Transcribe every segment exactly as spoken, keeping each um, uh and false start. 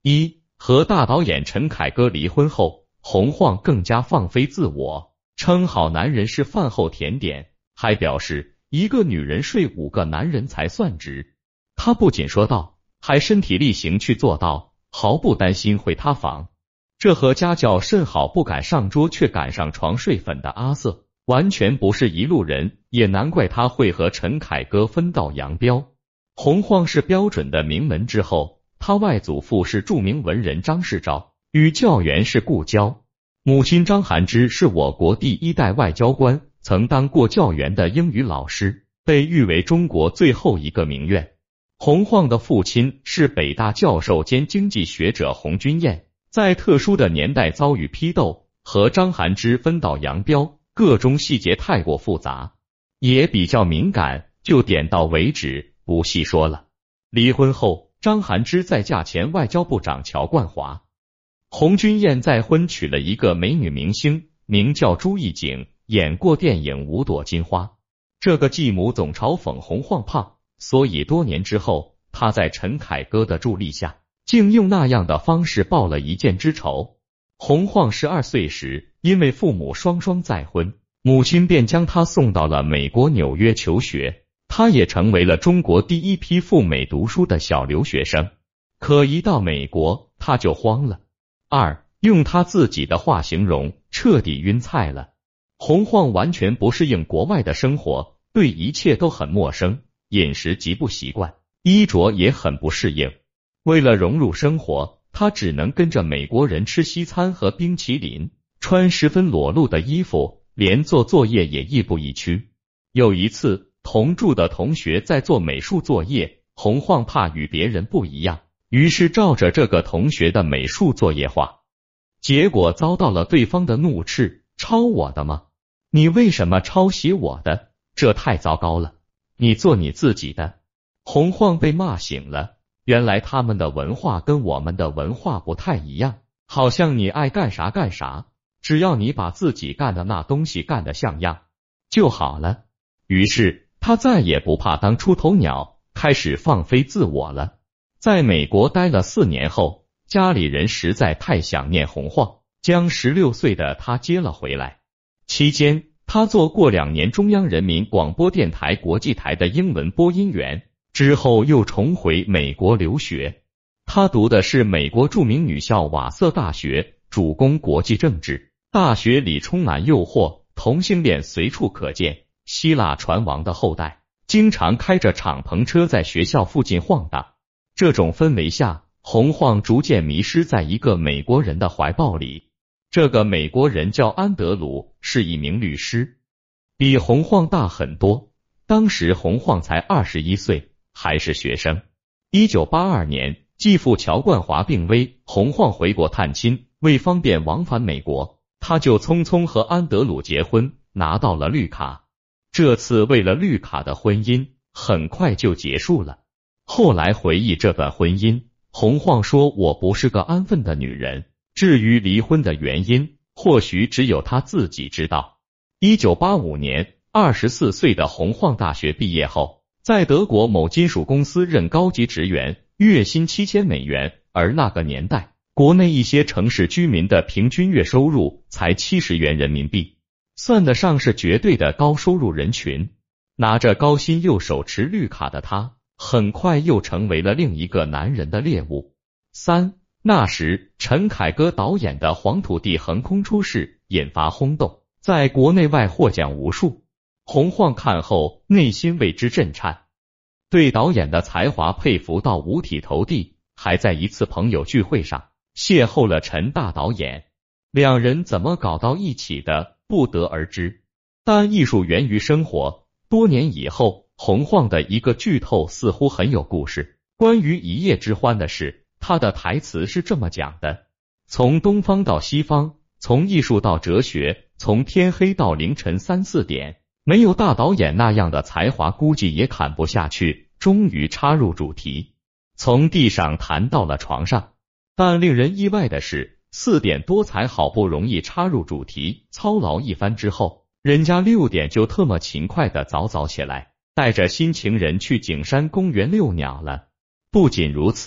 一、和大导演陈凯歌离婚后，洪晃更加放飞自我，称好男人是饭后甜点，还表示一个女人睡五个男人才算值。他不仅说道，还身体力行去做到，毫不担心会塌房。这和家教甚好不敢上桌却敢上床睡粉的阿瑟完全不是一路人，也难怪他会和陈凯歌分道扬镳。洪晃是标准的名门之后，他外祖父是著名文人张世钊，与教员是故交。母亲张含之是我国第一代外交官，曾当过教员的英语老师，被誉为中国最后一个名媛。洪晃的父亲是北大教授兼经济学者洪君燕，在特殊的年代遭遇批斗，和张含之分道扬镳，个中细节太过复杂，也比较敏感，就点到为止，不细说了。离婚后，张含之再嫁前外交部长乔冠华。洪君燕再婚娶了一个美女明星，名叫朱艺景，演过电影《五朵金花》。这个继母总嘲讽洪晃胖，所以多年之后，他在陈凯歌的助力下，竟用那样的方式报了一箭之仇。洪晃十二岁时，因为父母双双再婚，母亲便将他送到了美国纽约求学，他也成为了中国第一批赴美读书的小留学生。可一到美国，他就慌了。二、用他自己的话形容，彻底晕菜了。洪晃完全不适应国外的生活，对一切都很陌生，饮食极不习惯，衣着也很不适应。为了融入生活，他只能跟着美国人吃西餐和冰淇淋，穿十分裸露的衣服，连做作业也亦步亦趋。有一次，同住的同学在做美术作业，洪晃怕与别人不一样，于是照着这个同学的美术作业画，结果遭到了对方的怒斥：抄我的吗？你为什么抄袭我的？这太糟糕了，你做你自己的。洪晃被骂醒了，原来他们的文化跟我们的文化不太一样，好像你爱干啥干啥，只要你把自己干的那东西干得像样就好了。于是他再也不怕当出头鸟，开始放飞自我了。在美国待了四年后，家里人实在太想念洪晃，将十六岁的他接了回来。期间，他做过两年中央人民广播电台国际台的英文播音员，之后又重回美国留学。他读的是美国著名女校瓦瑟大学，主攻国际政治。大学里充满诱惑，同性恋随处可见，希腊船王的后代经常开着敞篷车在学校附近晃荡。这种氛围下，洪晃逐渐迷失在一个美国人的怀抱里。这个美国人叫安德鲁，是一名律师，比洪晃大很多。当时洪晃才二十一岁，还是学生。一九八二年，继父乔冠华病危，洪晃回国探亲，为方便往返美国，他就匆匆和安德鲁结婚，拿到了绿卡。这次为了绿卡的婚姻，很快就结束了。后来回忆这段婚姻，洪晃说：“我不是个安分的女人。”至于离婚的原因，或许只有他自己知道。一九八五年，二十四岁的洪晃大学毕业后，在德国某金属公司任高级职员，月薪七千美元，而那个年代，国内一些城市居民的平均月收入才七十元人民币，算得上是绝对的高收入人群。拿着高薪又手持绿卡的他，很快又成为了另一个男人的猎物。三那时，陈凯歌导演的《黄土地》横空出世，引发轰动，在国内外获奖无数。洪晃看后，内心为之震颤，对导演的才华佩服到五体投地，还在一次朋友聚会上邂逅了陈大导演。两人怎么搞到一起的，不得而知。但艺术源于生活，多年以后，洪晃的一个剧透似乎很有故事。关于一夜之欢的事，他的台词是这么讲的：从东方到西方，从艺术到哲学，从天黑到凌晨三四点，没有大导演那样的才华，估计也砍不下去。终于插入主题，从地上谈到了床上。但令人意外的是，四点多才好不容易插入主题，操劳一番之后，人家六点就特么勤快的早早起来，带着新情人去景山公园遛鸟了。不仅如此，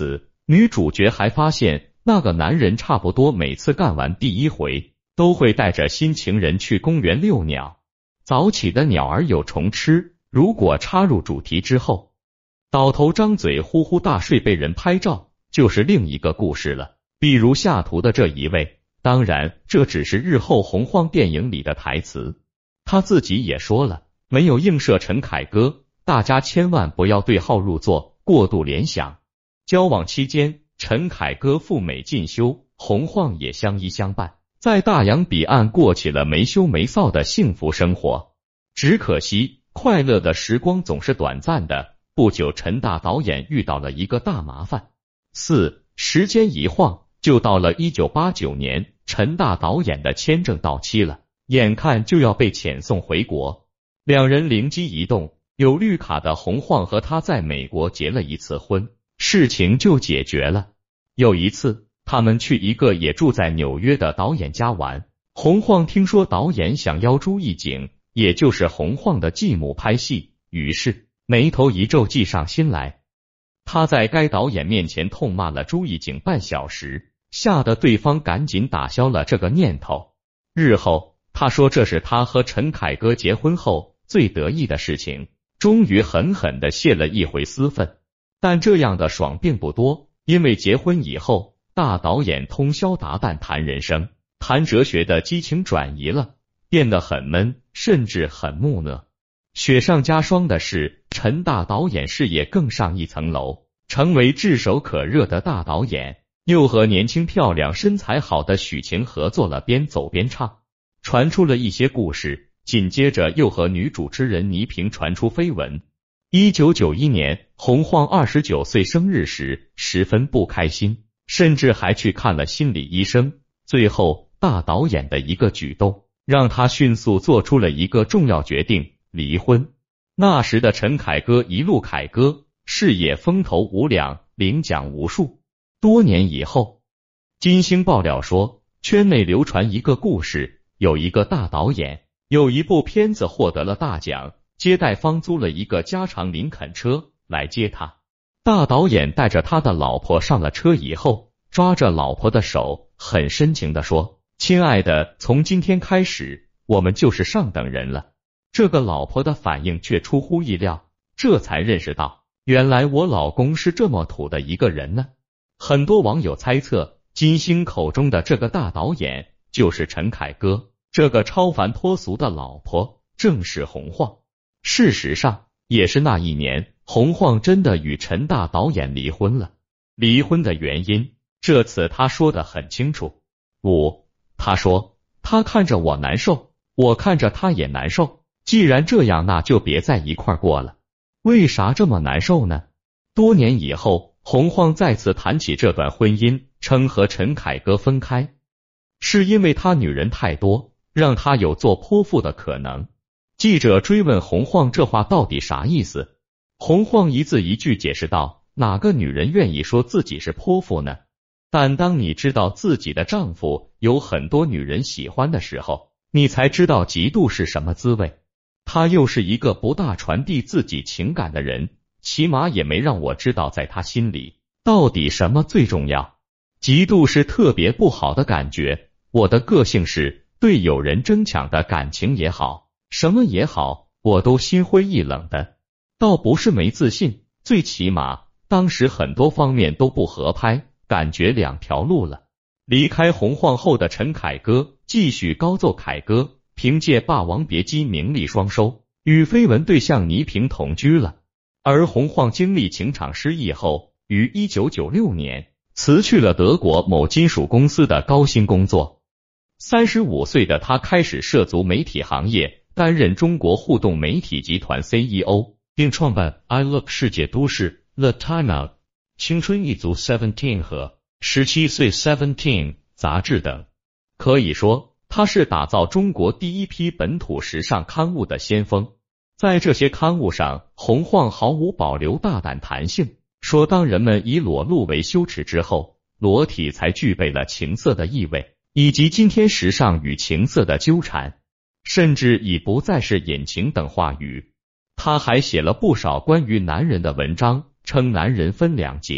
女主角还发现，那个男人差不多每次干完第一回，都会带着新情人去公园遛鸟。早起的鸟儿有虫吃，如果插入主题之后，倒头张嘴呼呼大睡被人拍照，就是另一个故事了。比如下图的这一位，当然这只是日后洪晃电影里的台词，他自己也说了，没有映射陈凯歌，大家千万不要对号入座，过度联想。交往期间，陈凯歌赴美进修，洪晃也相依相伴，在大洋彼岸过起了没羞没臊的幸福生活。只可惜，快乐的时光总是短暂的，不久陈大导演遇到了一个大麻烦。四，时间一晃，就到了一九八九年，陈大导演的签证到期了，眼看就要被遣送回国。两人灵机一动，有绿卡的洪晃和他在美国结了一次婚，事情就解决了。有一次，他们去一个也住在纽约的导演家玩，洪晃听说导演想邀朱一景，也就是洪晃的继母拍戏，于是眉头一皱，计上心来。他在该导演面前痛骂了朱一景半小时，吓得对方赶紧打消了这个念头。日后，他说这是他和陈凯歌结婚后最得意的事情，终于狠狠地泄了一回私愤。但这样的爽并不多，因为结婚以后，大导演通宵达旦谈人生、谈哲学的激情转移了，变得很闷，甚至很木讷。雪上加霜的是，陈大导演事业更上一层楼，成为炙手可热的大导演，又和年轻漂亮身材好的许晴合作了边走边唱，传出了一些故事，紧接着又和女主持人倪萍传出绯闻。一九九一年，洪晃二十九岁生日时十分不开心，甚至还去看了心理医生。最后，大导演的一个举动，让他迅速做出了一个重要决定，离婚。那时的陈凯歌一路凯歌，事业风头无两，领奖无数。多年以后，金星爆料说，圈内流传一个故事，有一个大导演，有一部片子获得了大奖，接待方租了一个加长林肯车来接他。大导演带着他的老婆上了车以后，抓着老婆的手，很深情地说，亲爱的，从今天开始，我们就是上等人了。这个老婆的反应却出乎意料，这才认识到，原来我老公是这么土的一个人呢。很多网友猜测，金星口中的这个大导演就是陈凯歌，这个超凡脱俗的老婆正是洪晃。事实上，也是那一年，洪晃真的与陈大导演离婚了。离婚的原因，这次他说得很清楚。五，他说，他看着我难受，我看着他也难受，既然这样，那就别在一块过了。为啥这么难受呢？多年以后，洪晃再次谈起这段婚姻，称和陈凯歌分开，是因为他女人太多，让他有做泼妇的可能。记者追问洪晃这话到底啥意思，洪晃一字一句解释道，哪个女人愿意说自己是泼妇呢？但当你知道自己的丈夫有很多女人喜欢的时候，你才知道嫉妒是什么滋味。他又是一个不大传递自己情感的人，起码也没让我知道在他心里到底什么最重要。嫉妒是特别不好的感觉，我的个性是对有人争抢的感情也好，什么也好，我都心灰意冷的。倒不是没自信，最起码当时很多方面都不合拍，感觉两条路了。离开洪晃后的陈凯歌继续高奏凯歌，凭借《霸王别姬》名利双收，与绯闻对象倪萍同居了。而洪晃经历情场失意后，于一九九六年辞去了德国某金属公司的高薪工作。三十五岁的他开始涉足媒体行业，担任中国互动媒体集团 C E O， 并创办 iLook 世界都市、The Timeout、青春一族 Seventeen 和十七岁 Seventeen 杂志等。可以说，他是打造中国第一批本土时尚刊物的先锋。在这些刊物上，洪晃毫无保留大胆弹性，说当人们以裸露为羞耻之后，裸体才具备了情色的意味，以及今天时尚与情色的纠缠，甚至已不再是引擎等话语。他还写了不少关于男人的文章，称男人分两截，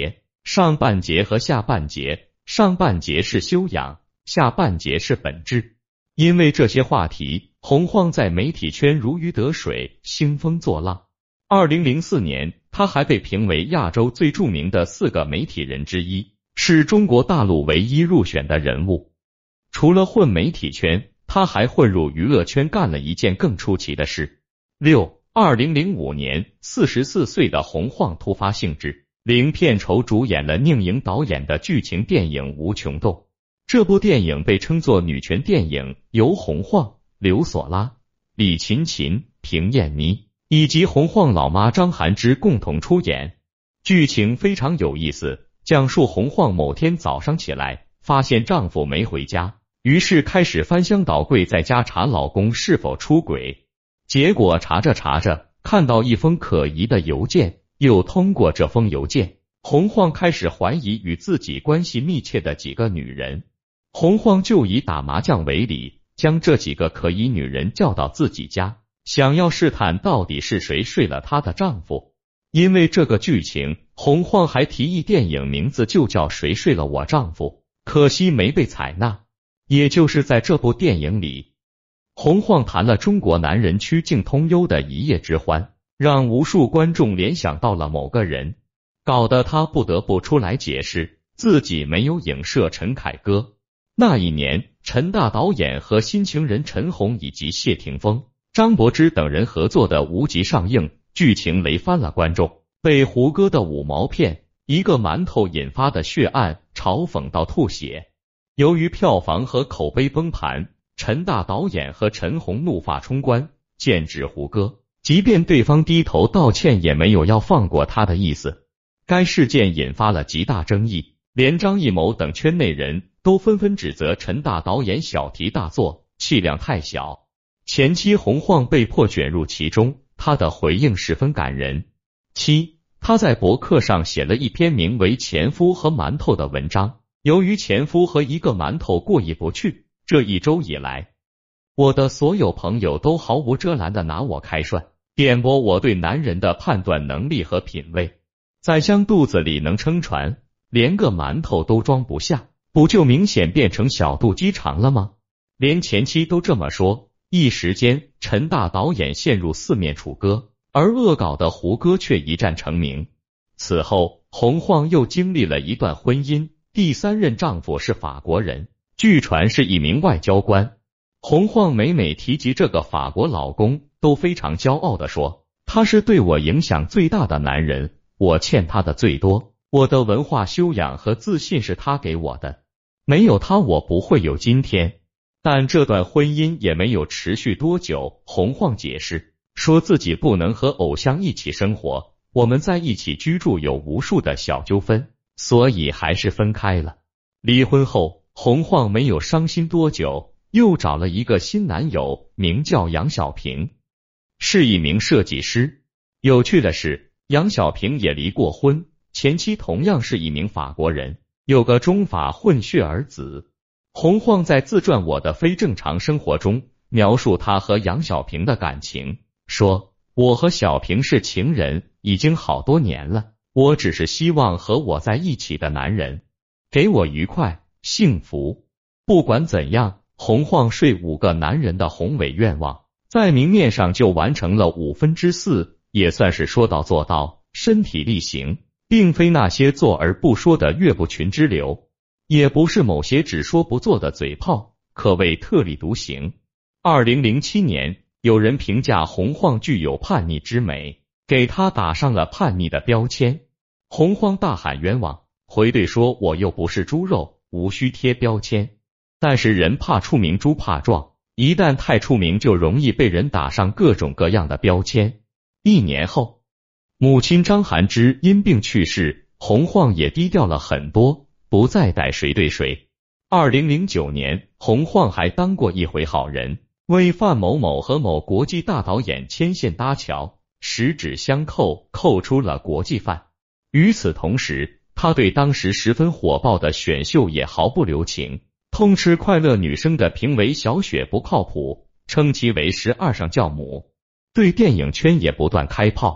上半节和下半节，上半节是修养，下半节是本质。因为这些话题，洪晃在媒体圈如鱼得水，兴风作浪。二零零四年，他还被评为亚洲最著名的四个媒体人之一，是中国大陆唯一入选的人物。除了混媒体圈，他还混入娱乐圈，干了一件更出奇的事。六二零零五年，四十四岁的洪晃突发兴致，零片酬主演了宁莹导演的剧情电影《无穷动》。这部电影被称作女权电影，由洪晃、刘索拉、李勤勤、平艳妮以及洪晃老妈张涵之共同出演。剧情非常有意思，讲述洪晃某天早上起来，发现丈夫没回家，于是开始翻箱倒柜，在家查老公是否出轨。结果查着查着，看到一封可疑的邮件，又通过这封邮件，洪晃开始怀疑与自己关系密切的几个女人。洪晃就以打麻将为理，将这几个可疑女人叫到自己家，想要试探到底是谁睡了她的丈夫。因为这个剧情，洪晃还提议电影名字就叫《谁睡了我丈夫》，可惜没被采纳。也就是在这部电影里，洪晃谈了中国男人曲径通幽的一夜之欢，让无数观众联想到了某个人，搞得他不得不出来解释自己没有影射陈凯歌。那一年，陈大导演和新情人陈红以及谢霆锋、张柏芝等人合作的《无极》上映，剧情雷翻了观众，被胡歌的五毛片一个馒头引发的血案嘲讽到吐血。由于票房和口碑崩盘，陈大导演和陈红怒发冲冠，剑指胡歌，即便对方低头道歉，也没有要放过他的意思。该事件引发了极大争议，连张艺谋等圈内人都纷纷指责陈大导演小题大做，气量太小。前妻洪晃被迫卷入其中，他的回应十分感人。七，他在博客上写了一篇名为《前夫和馒头》的文章。由于前夫和一个馒头过意不去，这一周以来，我的所有朋友都毫无遮拦的拿我开涮，点拨我对男人的判断能力和品味。宰相肚子里能撑船，连个馒头都装不下，不就明显变成小肚鸡肠了吗？连前妻都这么说，一时间陈大导演陷入四面楚歌，而恶搞的胡歌却一战成名。此后，洪晃又经历了一段婚姻，第三任丈夫是法国人，据传是一名外交官。洪晃每每提及这个法国老公，都非常骄傲地说，他是对我影响最大的男人，我欠他的最多，我的文化修养和自信是他给我的，没有他我不会有今天。但这段婚姻也没有持续多久，洪晃解释说自己不能和偶像一起生活，我们在一起居住有无数的小纠纷，所以还是分开了。离婚后，洪晃没有伤心多久，又找了一个新男友，名叫杨小平，是一名设计师。有趣的是，杨小平也离过婚，前妻同样是一名法国人，有个中法混血儿子。洪晃在自传《我的非正常生活》中描述他和杨小平的感情，说，我和小平是情人，已经好多年了，我只是希望和我在一起的男人给我愉快、幸福。不管怎样，洪晃睡五个男人的宏伟愿望，在明面上就完成了五分之四，也算是说到做到，身体力行，并非那些做而不说的岳不群之流，也不是某些只说不做的嘴炮，可谓特立独行。二零零七年，有人评价洪晃具有叛逆之美，给他打上了叛逆的标签。洪晃大喊冤枉，回怼说，我又不是猪肉，无需贴标签。但是人怕出名，猪怕壮，一旦太出名，就容易被人打上各种各样的标签。一年后，母亲张涵之因病去世，洪晃也低调了很多，不再带谁对谁。二零零九年，洪晃还当过一回好人，为范某某和某国际大导演牵线搭桥，十指相扣，扣出了国际范。与此同时，他对当时十分火爆的选秀也毫不留情，痛斥快乐女声的评委小雪不靠谱，称其为十二上教母，对电影圈也不断开炮。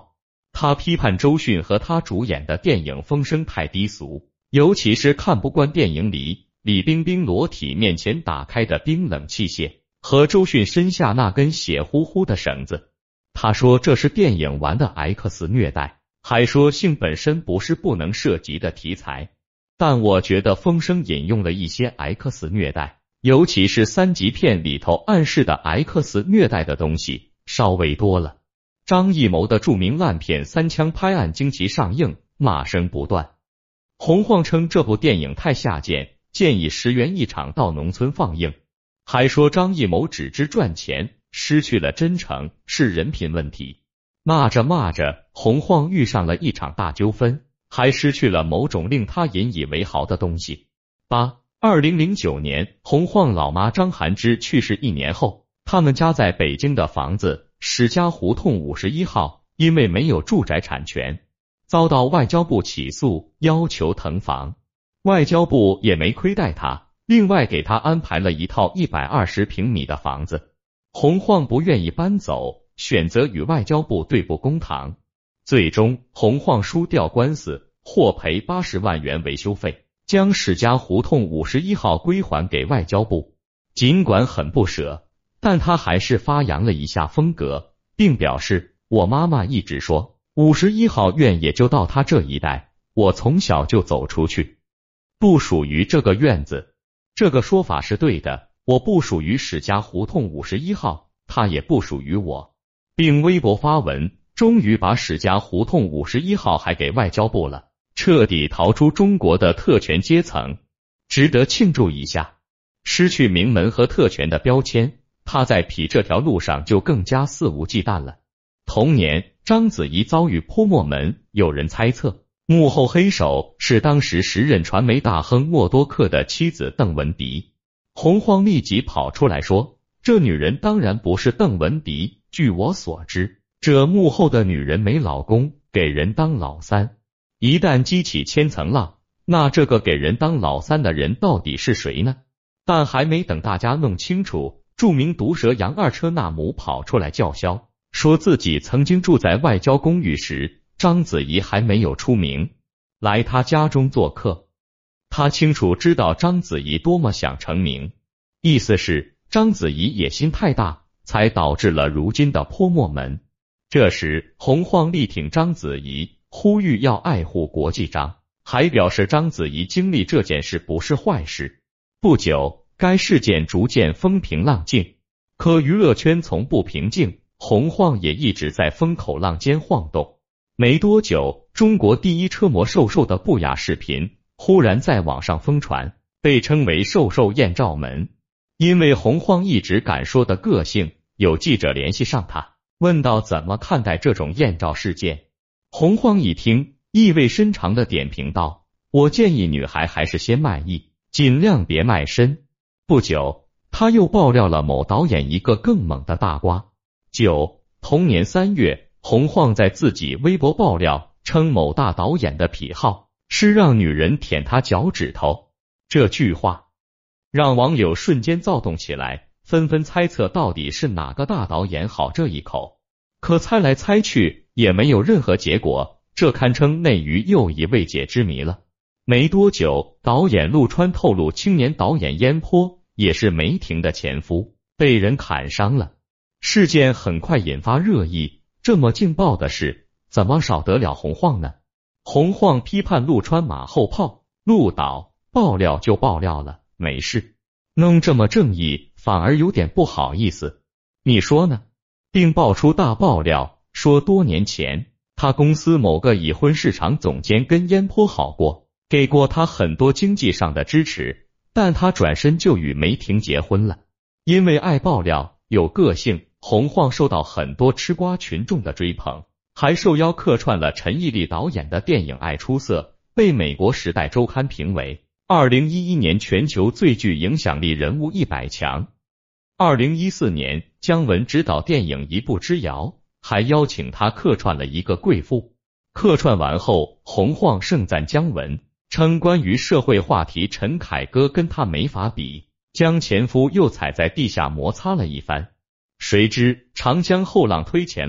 他批判周迅和他主演的电影风声太低俗，尤其是看不惯电影里李冰冰裸体面前打开的冰冷器械和周迅身下那根血乎乎的绳子。他说这是电影玩的 X 虐待，还说性本身不是不能涉及的题材。但我觉得风声引用了一些 X 虐待，尤其是三级片里头暗示的 X 虐待的东西稍微多了。张艺谋的著名烂片《三枪拍案惊奇》上映，骂声不断。洪晃称这部电影太下贱，建议十元一场到农村放映，还说张艺谋只知赚钱，失去了真诚，是人品问题。骂着骂着，洪晃遇上了一场大纠纷，还失去了某种令他引以为豪的东西。八二零零九年，洪晃老妈张涵之去世一年后，他们家在北京的房子史家胡同五十一号，因为没有住宅产权，遭到外交部起诉，要求腾房。外交部也没亏待他，另外给他安排了一套一百二十平米的房子。洪晃不愿意搬走，选择与外交部对簿公堂。最终，洪晃输掉官司，获赔八十万元维修费，将史家胡同五十一号归还给外交部。尽管很不舍，但他还是发扬了一下风格，并表示，我妈妈一直说五十一号院也就到他这一代，我从小就走出去，不属于这个院子。这个说法是对的，我不属于史家胡同五十一号，他也不属于我。并微博发文，终于把史家胡同五十一号还给外交部了，彻底逃出中国的特权阶层，值得庆祝一下。失去名门和特权的标签，他在匹这条路上就更加肆无忌惮了。同年，章子怡遭遇泼墨门，有人猜测幕后黑手是当时时任传媒大亨默多克的妻子邓文迪。洪晃立即跑出来说，这女人当然不是邓文迪，据我所知，这幕后的女人没老公，给人当老三。一旦激起千层浪，那这个给人当老三的人到底是谁呢？但还没等大家弄清楚，著名毒舌杨二车纳姆跑出来叫嚣，说自己曾经住在外交公寓时，章子怡还没有出名，来他家中做客。他清楚知道章子怡多么想成名，意思是章子怡野心太大，才导致了如今的泼墨门。这时，洪晃力挺章子怡，呼吁要爱护国际章，还表示章子怡经历这件事不是坏事。不久，该事件逐渐风平浪静，可娱乐圈从不平静，洪晃也一直在风口浪尖晃动。没多久，中国第一车模瘦瘦的不雅视频忽然在网上疯传，被称为瘦瘦艳照门。因为洪晃一直敢说的个性，有记者联系上他，问到怎么看待这种艳照事件。洪晃一听，意味深长的点评道，我建议女孩还是先卖艺，尽量别卖身。不久，他又爆料了某导演一个更猛的大瓜。九，同年三月，洪晃在自己微博爆料称某大导演的癖好是让女人舔他脚趾头。这句话让网友瞬间躁动起来，纷纷猜测到底是哪个大导演好这一口。可猜来猜去也没有任何结果，这堪称内娱又一未解之谜了。没多久，导演陆川透露青年导演燕坡也是梅婷的前夫，被人砍伤了。事件很快引发热议，这么劲爆的事怎么少得了洪晃呢？洪晃批判陆川马后炮，陆导爆料就爆料了，没事，弄这么正义反而有点不好意思，你说呢？并爆出大爆料，说多年前他公司某个已婚市场总监跟燕坡好过，给过他很多经济上的支持，但他转身就与梅婷结婚了。因为爱爆料有个性，洪晃受到很多吃瓜群众的追捧，还受邀客串了陈奕力导演的电影《爱出色》，被美国时代周刊评为二零一一年全球最具影响力人物一百强。二零一四年，姜文执导电影《一步之遥》，还邀请他客串了一个贵妇。客串完后，洪晃盛赞姜文，称关于社会话题陈凯歌跟他没法比，将前夫又踩在地下摩擦了一番。谁知长江后浪推前浪，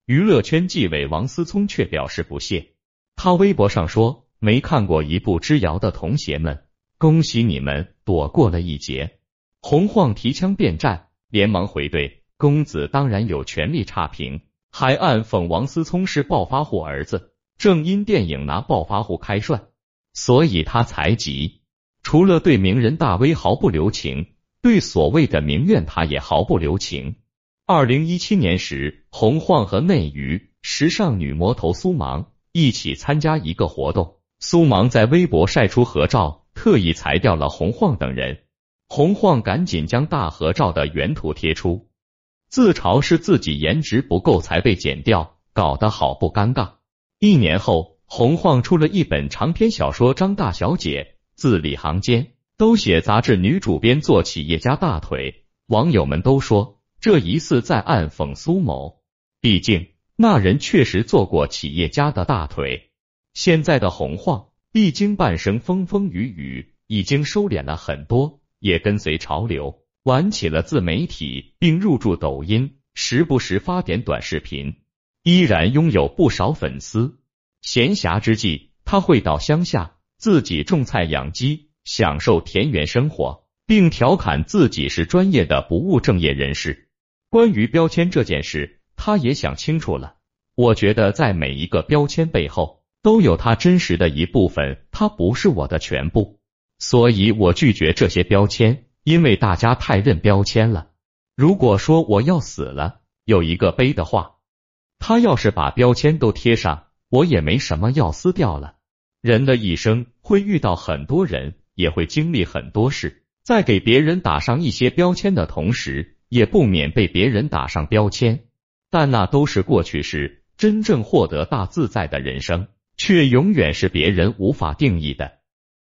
娱乐圈纪委王思聪却表示不屑。他微博上说，没看过一部之遥的同学们，恭喜你们躲过了一劫。洪晃提枪便战，连忙回怼，公子当然有权利差评，还暗讽王思聪是暴发户儿子，正因电影拿暴发户开涮，所以他才急。除了对名人大 V 毫不留情，对所谓的名媛他也毫不留情。二零一七年时，洪晃和内娱时尚女魔头苏芒一起参加一个活动，苏芒在微博晒出合照，特意裁掉了洪晃等人。洪晃赶紧将大合照的原图贴出，自嘲是自己颜值不够才被剪掉，搞得好不尴尬。一年后，洪晃出了一本长篇小说《张大小姐》，字里行间都写杂志女主编做企业家大腿，网友们都说这疑似在暗讽苏某，毕竟那人确实做过企业家的大腿。现在的洪晃历经半生风风雨雨，已经收敛了很多，也跟随潮流玩起了自媒体，并入驻抖音，时不时发点短视频，依然拥有不少粉丝。闲暇之际，他会到乡下自己种菜养鸡，享受田园生活，并调侃自己是专业的不务正业人士。关于标签这件事，他也想清楚了。我觉得在每一个标签背后都有他真实的一部分，他不是我的全部，所以我拒绝这些标签，因为大家太认标签了。如果说我要死了，有一个悲的话，他要是把标签都贴上，我也没什么要撕掉了。人的一生会遇到很多人，也会经历很多事，在给别人打上一些标签的同时，也不免被别人打上标签，但那都是过去式，真正获得大自在的人生，却永远是别人无法定义的。